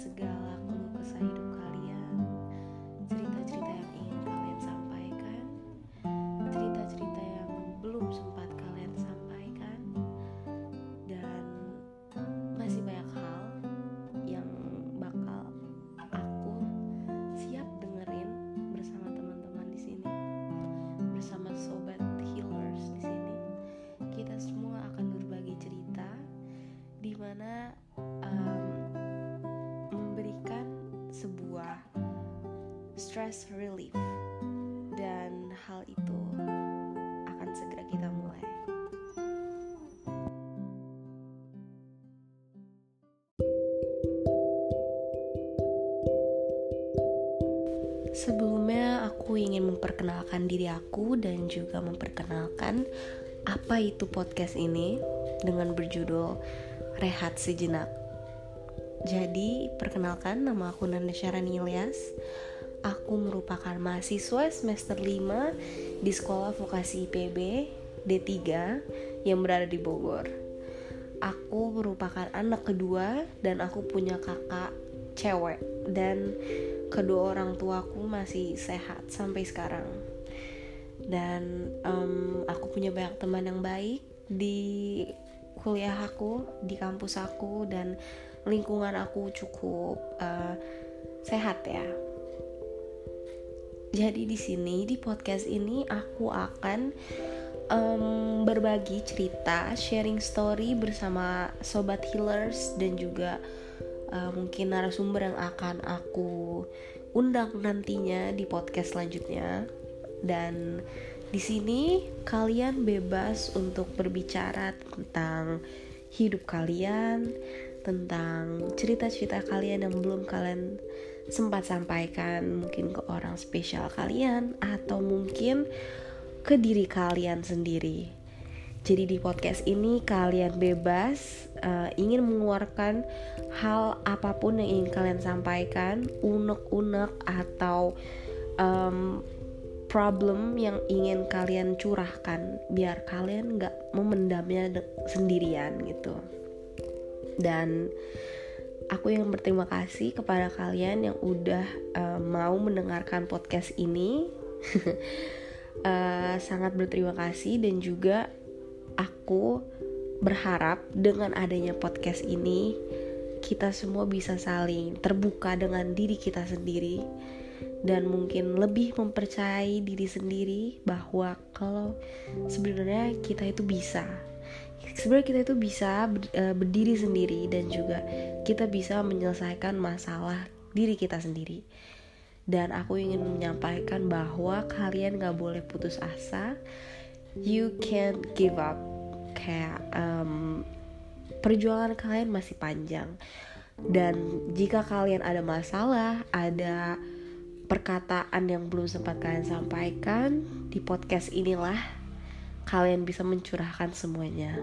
segala keluh kesah hidup kalian, cerita-cerita yang ingin kalian sampaikan, cerita-cerita yang belum sempat kalian sampaikan, dan masih banyak hal yang bakal aku siap dengerin bersama teman-teman di sini, bersama sobat healers di sini. Kita semua akan berbagi cerita di mana memberikan sebuah stress relief, dan hal itu akan segera kita mulai. Sebelumnya aku ingin memperkenalkan diri aku dan juga memperkenalkan apa itu podcast ini dengan berjudul Rehat Sejenak. Jadi, perkenalkan, nama aku Nanda Syarani Ilyas. Aku merupakan mahasiswa semester 5 di Sekolah Vokasi IPB D3 yang berada di Bogor. Aku merupakan anak kedua dan aku punya kakak cewek, dan kedua orang tuaku masih sehat sampai sekarang. Dan aku punya banyak teman yang baik di kuliah aku, di kampus aku, dan lingkungan aku cukup sehat ya. Jadi di sini, di podcast ini aku akan berbagi cerita, sharing story bersama sobat healers dan juga mungkin narasumber yang akan aku undang nantinya di podcast selanjutnya. Dan di sini kalian bebas untuk berbicara tentang hidup kalian, tentang cerita-cerita kalian yang belum kalian sempat sampaikan, mungkin ke orang spesial kalian atau mungkin ke diri kalian sendiri. Jadi di podcast ini kalian bebas ingin mengeluarkan hal apapun yang ingin kalian sampaikan, unek-unek atau problem yang ingin kalian curahkan, biar kalian gak memendamnya sendirian gitu. Dan aku yang berterima kasih kepada kalian yang udah mau mendengarkan podcast ini. Sangat berterima kasih, dan juga aku berharap dengan adanya podcast ini kita semua bisa saling terbuka dengan diri kita sendiri, dan mungkin lebih mempercayai diri sendiri bahwa kalau sebenarnya kita itu bisa berdiri sendiri, dan juga kita bisa menyelesaikan masalah diri kita sendiri. Dan aku ingin menyampaikan bahwa kalian gak boleh putus asa, you can't give up. Kayak perjuangan kalian masih panjang, dan jika kalian ada masalah, ada perkataan yang belum sempat kalian sampaikan, di podcast inilah kalian bisa mencurahkan semuanya.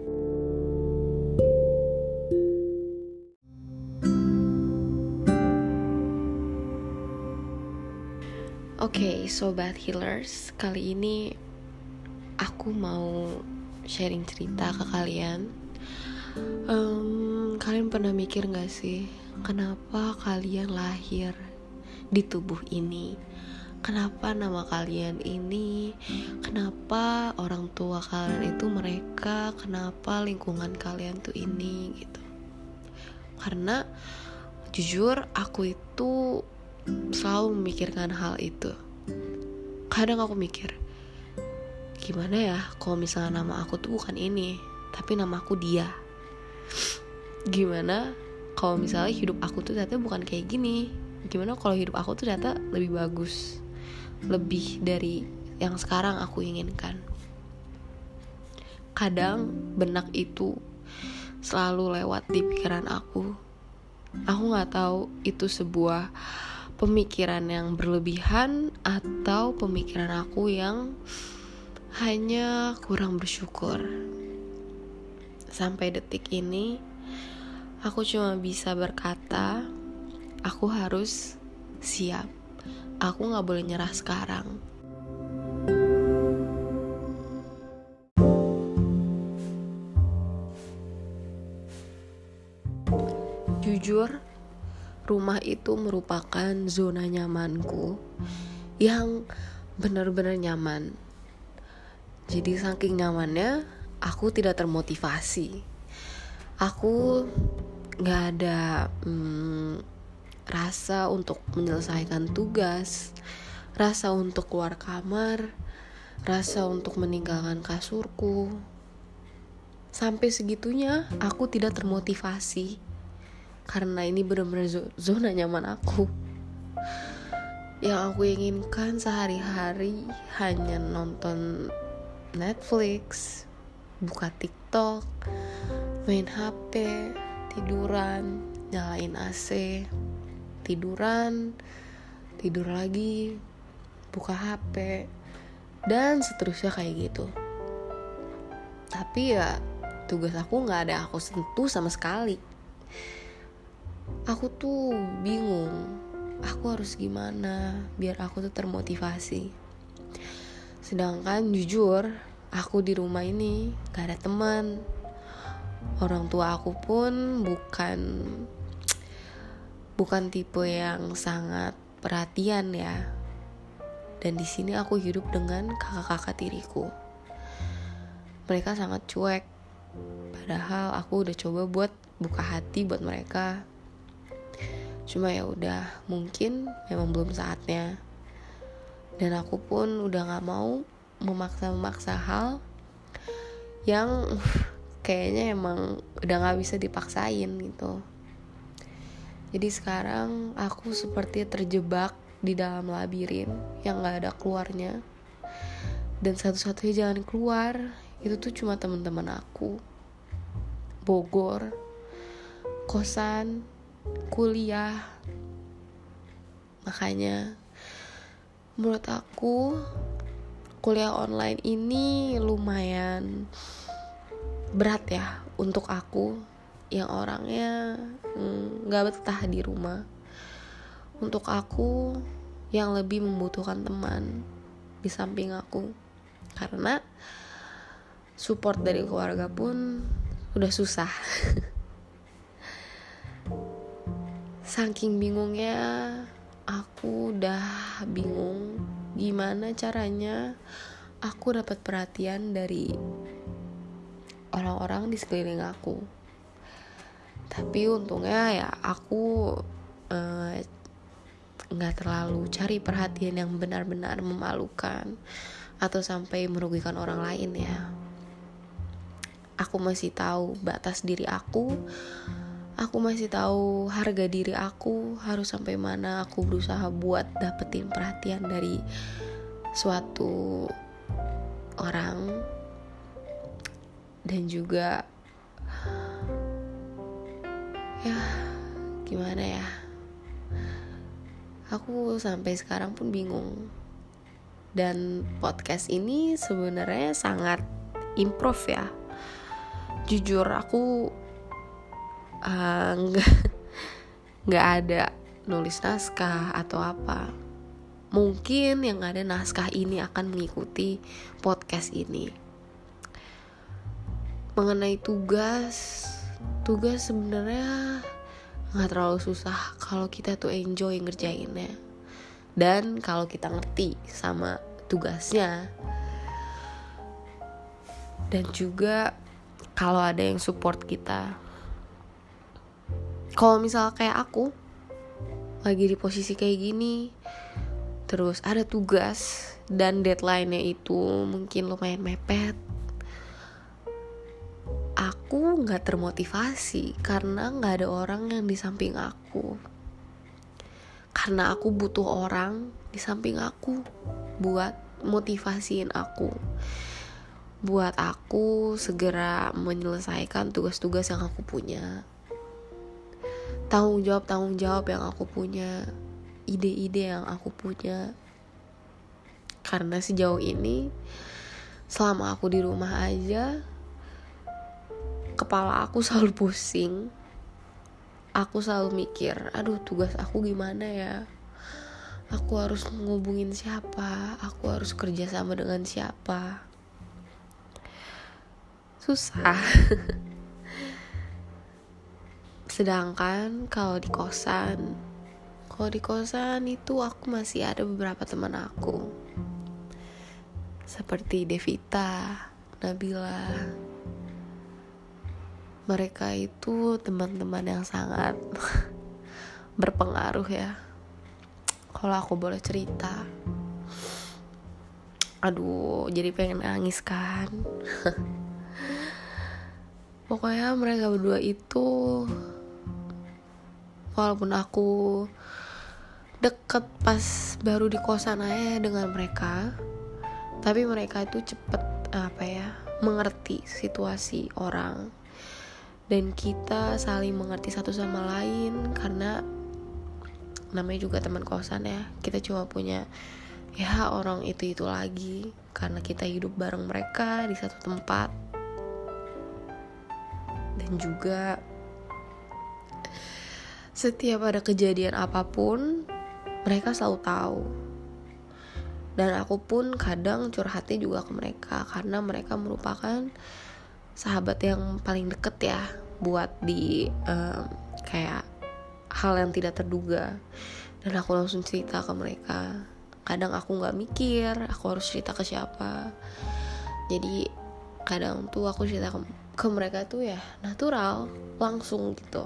Oke, sobat healers, kali ini aku mau sharing cerita ke kalian. Kalian pernah mikir gak sih, kenapa kalian lahir di tubuh ini? Kenapa nama kalian ini? Kenapa orang tua kalian itu mereka? Kenapa lingkungan kalian tuh ini gitu? Karena jujur aku itu selalu memikirkan hal itu. Kadang aku mikir, gimana ya kalau misalnya nama aku tuh bukan ini, tapi nama aku dia. Gimana kalau misalnya hidup aku tuh ternyata bukan kayak gini? Gimana kalau hidup aku tuh ternyata lebih bagus, lebih dari yang sekarang aku inginkan? Kadang benak itu selalu lewat di pikiran aku. Aku gak tahu itu sebuah pemikiran yang berlebihan atau pemikiran aku yang hanya kurang bersyukur. Sampai detik ini aku cuma bisa berkata, aku harus siap. Aku gak boleh nyerah sekarang. Jujur, rumah itu merupakan zona nyamanku yang benar-benar nyaman. Jadi saking nyamannya, aku tidak termotivasi. Aku gak ada rasa untuk menyelesaikan tugas, rasa untuk keluar kamar, rasa untuk meninggalkan kasurku. Sampai segitunya aku tidak termotivasi, karena ini benar-benar zona nyaman aku. Yang aku inginkan sehari-hari hanya nonton Netflix, buka TikTok, main HP, tiduran, nyalain AC, tiduran, tidur lagi, buka HP, dan seterusnya kayak gitu. Tapi ya tugas aku gak ada aku sentuh sama sekali. Aku tuh bingung, aku harus gimana biar aku tuh termotivasi. Sedangkan jujur, aku di rumah ini gak ada teman. Orang tua aku pun bukan tipe yang sangat perhatian ya. Dan di sini aku hidup dengan kakak-kakak tiriku. Mereka sangat cuek. Padahal aku udah coba buat buka hati buat mereka. Cuma ya udah, mungkin memang belum saatnya. Dan aku pun udah gak mau memaksa hal yang kayaknya emang udah gak bisa dipaksain gitu. Jadi sekarang aku seperti terjebak di dalam labirin yang gak ada keluarnya. Dan satu-satunya jalan keluar itu tuh cuma teman-teman aku, Bogor, kosan, kuliah. Makanya menurut aku kuliah online ini lumayan berat ya untuk aku yang orangnya gak betah di rumah. Untuk aku yang lebih membutuhkan teman di samping aku, karena support dari keluarga pun udah susah. Saking bingungnya, aku udah bingung gimana caranya aku dapat perhatian dari orang-orang di sekeliling aku. Tapi untungnya ya aku gak terlalu cari perhatian yang benar-benar memalukan atau sampai merugikan orang lain ya. Aku masih tahu batas diri aku masih tahu harga diri aku harus sampai mana aku berusaha buat dapetin perhatian dari suatu orang. Dan juga ya gimana ya, aku sampai sekarang pun bingung. Dan podcast ini sebenarnya sangat improv ya. Jujur aku nggak ada nulis naskah atau apa. Mungkin yang ada naskah ini akan mengikuti podcast ini. Mengenai tugas sebenarnya nggak terlalu susah kalau kita tuh enjoy ngerjainnya, dan kalau kita ngerti sama tugasnya, dan juga kalau ada yang support kita. Kalau misal kayak aku lagi di posisi kayak gini, terus ada tugas dan deadline-nya itu mungkin lumayan mepet, aku gak termotivasi karena gak ada orang yang di samping aku. Karena aku butuh orang di samping aku buat motivasiin aku, buat aku segera menyelesaikan tugas-tugas yang aku punya, tanggung jawab yang aku punya, ide-ide yang aku punya. Karena sejauh ini selama aku di rumah aja, kepala aku selalu pusing. Aku selalu mikir, aduh tugas aku gimana ya, aku harus ngubungin siapa, aku harus kerja sama dengan siapa. Susah. Sedangkan kalau di kosan itu aku masih ada beberapa teman aku, seperti Devita, Nabila. Mereka itu teman-teman yang sangat berpengaruh ya. Kalau aku boleh cerita, aduh, jadi pengen nangis kan. Pokoknya mereka berdua itu, walaupun aku deket pas baru di kosan aja dengan mereka, tapi mereka itu cepet mengerti situasi orang, dan kita saling mengerti satu sama lain. Karena namanya juga teman kosan ya, kita cuma punya ya orang itu lagi, karena kita hidup bareng mereka di satu tempat. Dan juga setiap ada kejadian apapun, mereka selalu tahu. Dan aku pun kadang curhatnya juga ke mereka, karena mereka merupakan sahabat yang paling deket ya, buat di kayak hal yang tidak terduga. Dan aku langsung cerita ke mereka. Kadang aku gak mikir aku harus cerita ke siapa, jadi kadang tuh aku cerita ke mereka tuh ya natural, langsung gitu.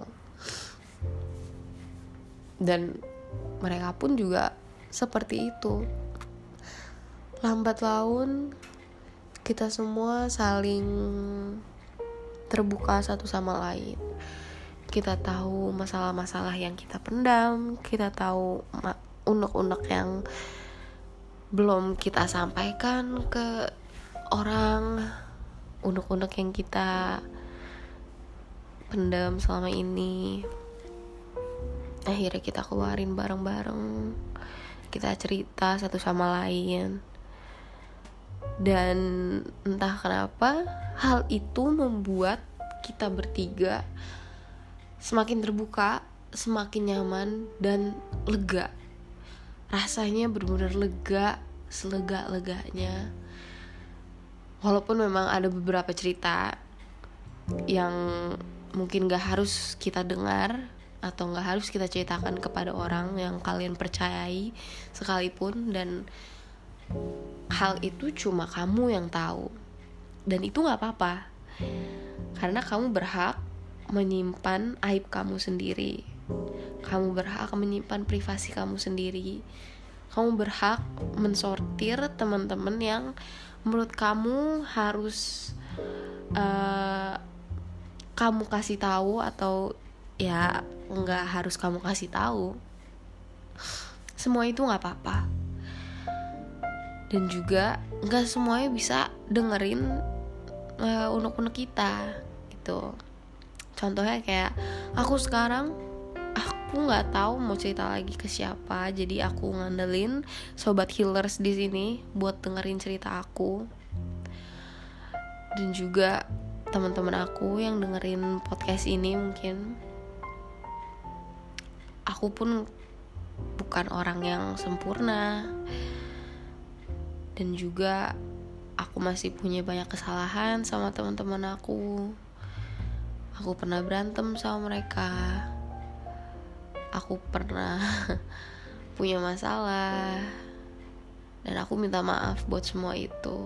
Dan mereka pun juga seperti itu. Lambat laun kita semua saling terbuka satu sama lain. Kita tahu masalah-masalah yang kita pendam, kita tahu unek-unek yang belum kita sampaikan ke orang, unek-unek yang kita pendam selama ini. Akhirnya kita keluarin bareng-bareng, kita cerita satu sama lain. Dan entah kenapa hal itu membuat kita bertiga semakin terbuka, semakin nyaman dan lega. Rasanya benar-benar lega, selega-leganya. Walaupun memang ada beberapa cerita yang mungkin gak harus kita dengar atau gak harus kita ceritakan kepada orang yang kalian percayai sekalipun, dan hal itu cuma kamu yang tahu. Dan itu gak apa-apa, karena kamu berhak menyimpan aib kamu sendiri. Kamu berhak menyimpan privasi kamu sendiri. Kamu berhak mensortir teman-teman yang menurut kamu harus kamu kasih tahu, atau ya nggak harus kamu kasih tahu. Semua itu nggak apa-apa. Dan juga nggak semuanya bisa dengerin unek-unek kita gitu. Contohnya kayak aku sekarang, aku nggak tahu mau cerita lagi ke siapa, jadi aku ngandelin sobat healers di sini buat dengerin cerita aku. Dan juga teman-teman aku yang dengerin podcast ini, mungkin aku pun bukan orang yang sempurna, dan juga aku masih punya banyak kesalahan sama teman-teman aku. Aku pernah berantem sama mereka. Aku pernah punya masalah. Dan aku minta maaf buat semua itu.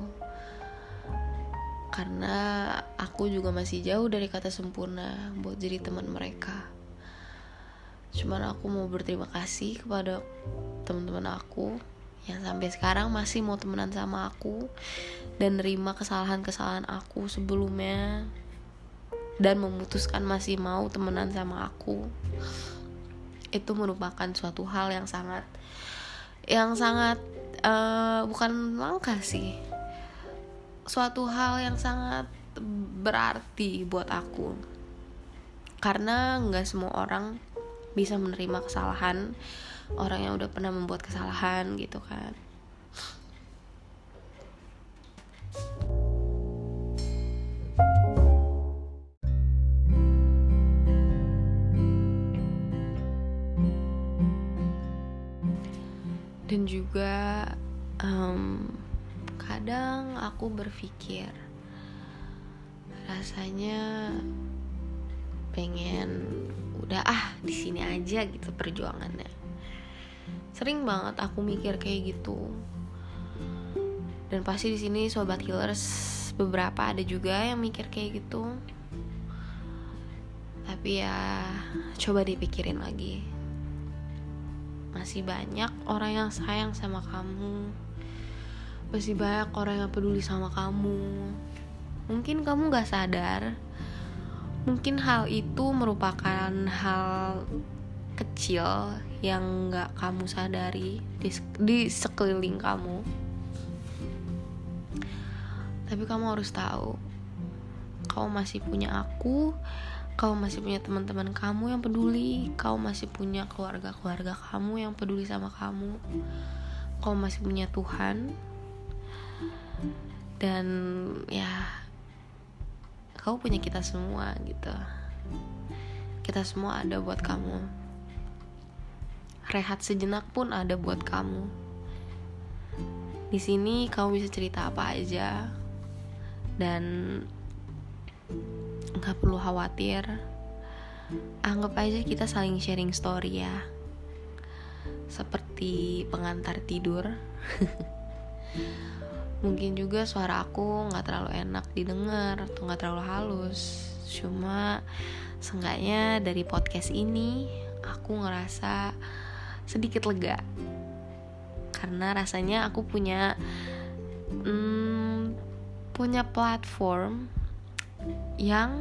Karena aku juga masih jauh dari kata sempurna buat jadi teman mereka. Cuman aku mau berterima kasih kepada teman-teman aku yang sampai sekarang masih mau temenan sama aku dan nerima kesalahan-kesalahan aku sebelumnya, dan memutuskan masih mau temenan sama aku. Itu merupakan suatu hal yang sangat bukan langka sih, suatu hal yang sangat berarti buat aku. Karena gak semua orang bisa menerima kesalahan orang yang udah pernah membuat kesalahan gitu kan. Dan juga kadang aku berpikir, rasanya pengen udah di sini aja gitu perjuangannya. Sering banget aku mikir kayak gitu. Dan pasti di sini sobat healers beberapa ada juga yang mikir kayak gitu. Tapi ya coba dipikirin lagi. Masih banyak orang yang sayang sama kamu. Masih banyak orang yang peduli sama kamu. Mungkin kamu gak sadar. Mungkin hal itu merupakan hal kecil yang gak kamu sadari di sekeliling kamu. Tapi kamu harus tahu, kamu masih punya aku, kamu masih punya teman-teman kamu yang peduli, kamu masih punya keluarga-keluarga kamu yang peduli sama kamu, kamu masih punya Tuhan. Dan ya, kamu punya kita semua gitu. Kita semua ada buat kamu. Rehat sejenak pun ada buat kamu. Di sini kamu bisa cerita apa aja. Dan gak perlu khawatir. Anggap aja kita saling sharing story ya. Seperti pengantar tidur. Mungkin juga suara aku gak terlalu enak didengar atau gak terlalu halus. Cuma seenggaknya dari podcast ini aku ngerasa sedikit lega. Karena rasanya aku punya platform yang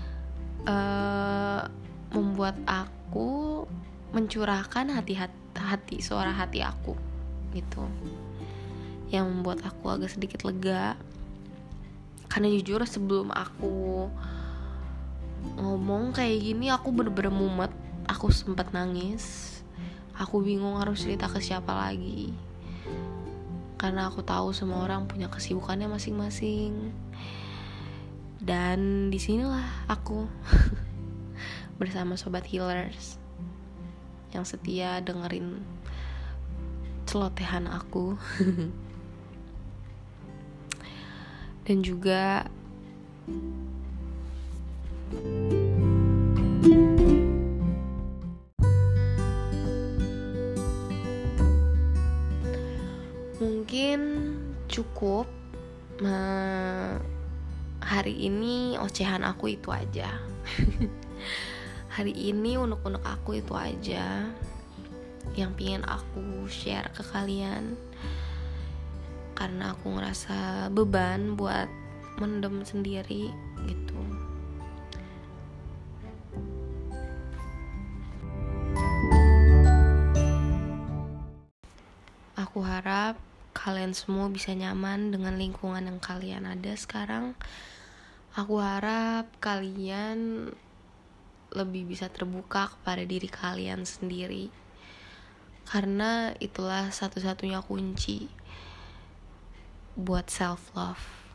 membuat aku mencurahkan hati suara hati aku gitu. Yang membuat aku agak sedikit lega. Karena jujur sebelum aku ngomong kayak gini aku bener-bener mumet. Aku sempat nangis. Aku bingung harus cerita ke siapa lagi. Karena aku tahu semua orang punya kesibukannya masing-masing. Dan disinilah aku bersama sobat healers yang setia dengerin celotehan aku. Dan juga mungkin cukup hari ini ocehan aku itu aja. Hari ini unek-unek aku itu aja yang pengen aku share ke kalian. Karena aku ngerasa beban buat mendem sendiri gitu. Aku harap kalian semua bisa nyaman dengan lingkungan yang kalian ada sekarang. Aku harap kalian lebih bisa terbuka kepada diri kalian sendiri. Karena itulah satu-satunya kunci buat self love.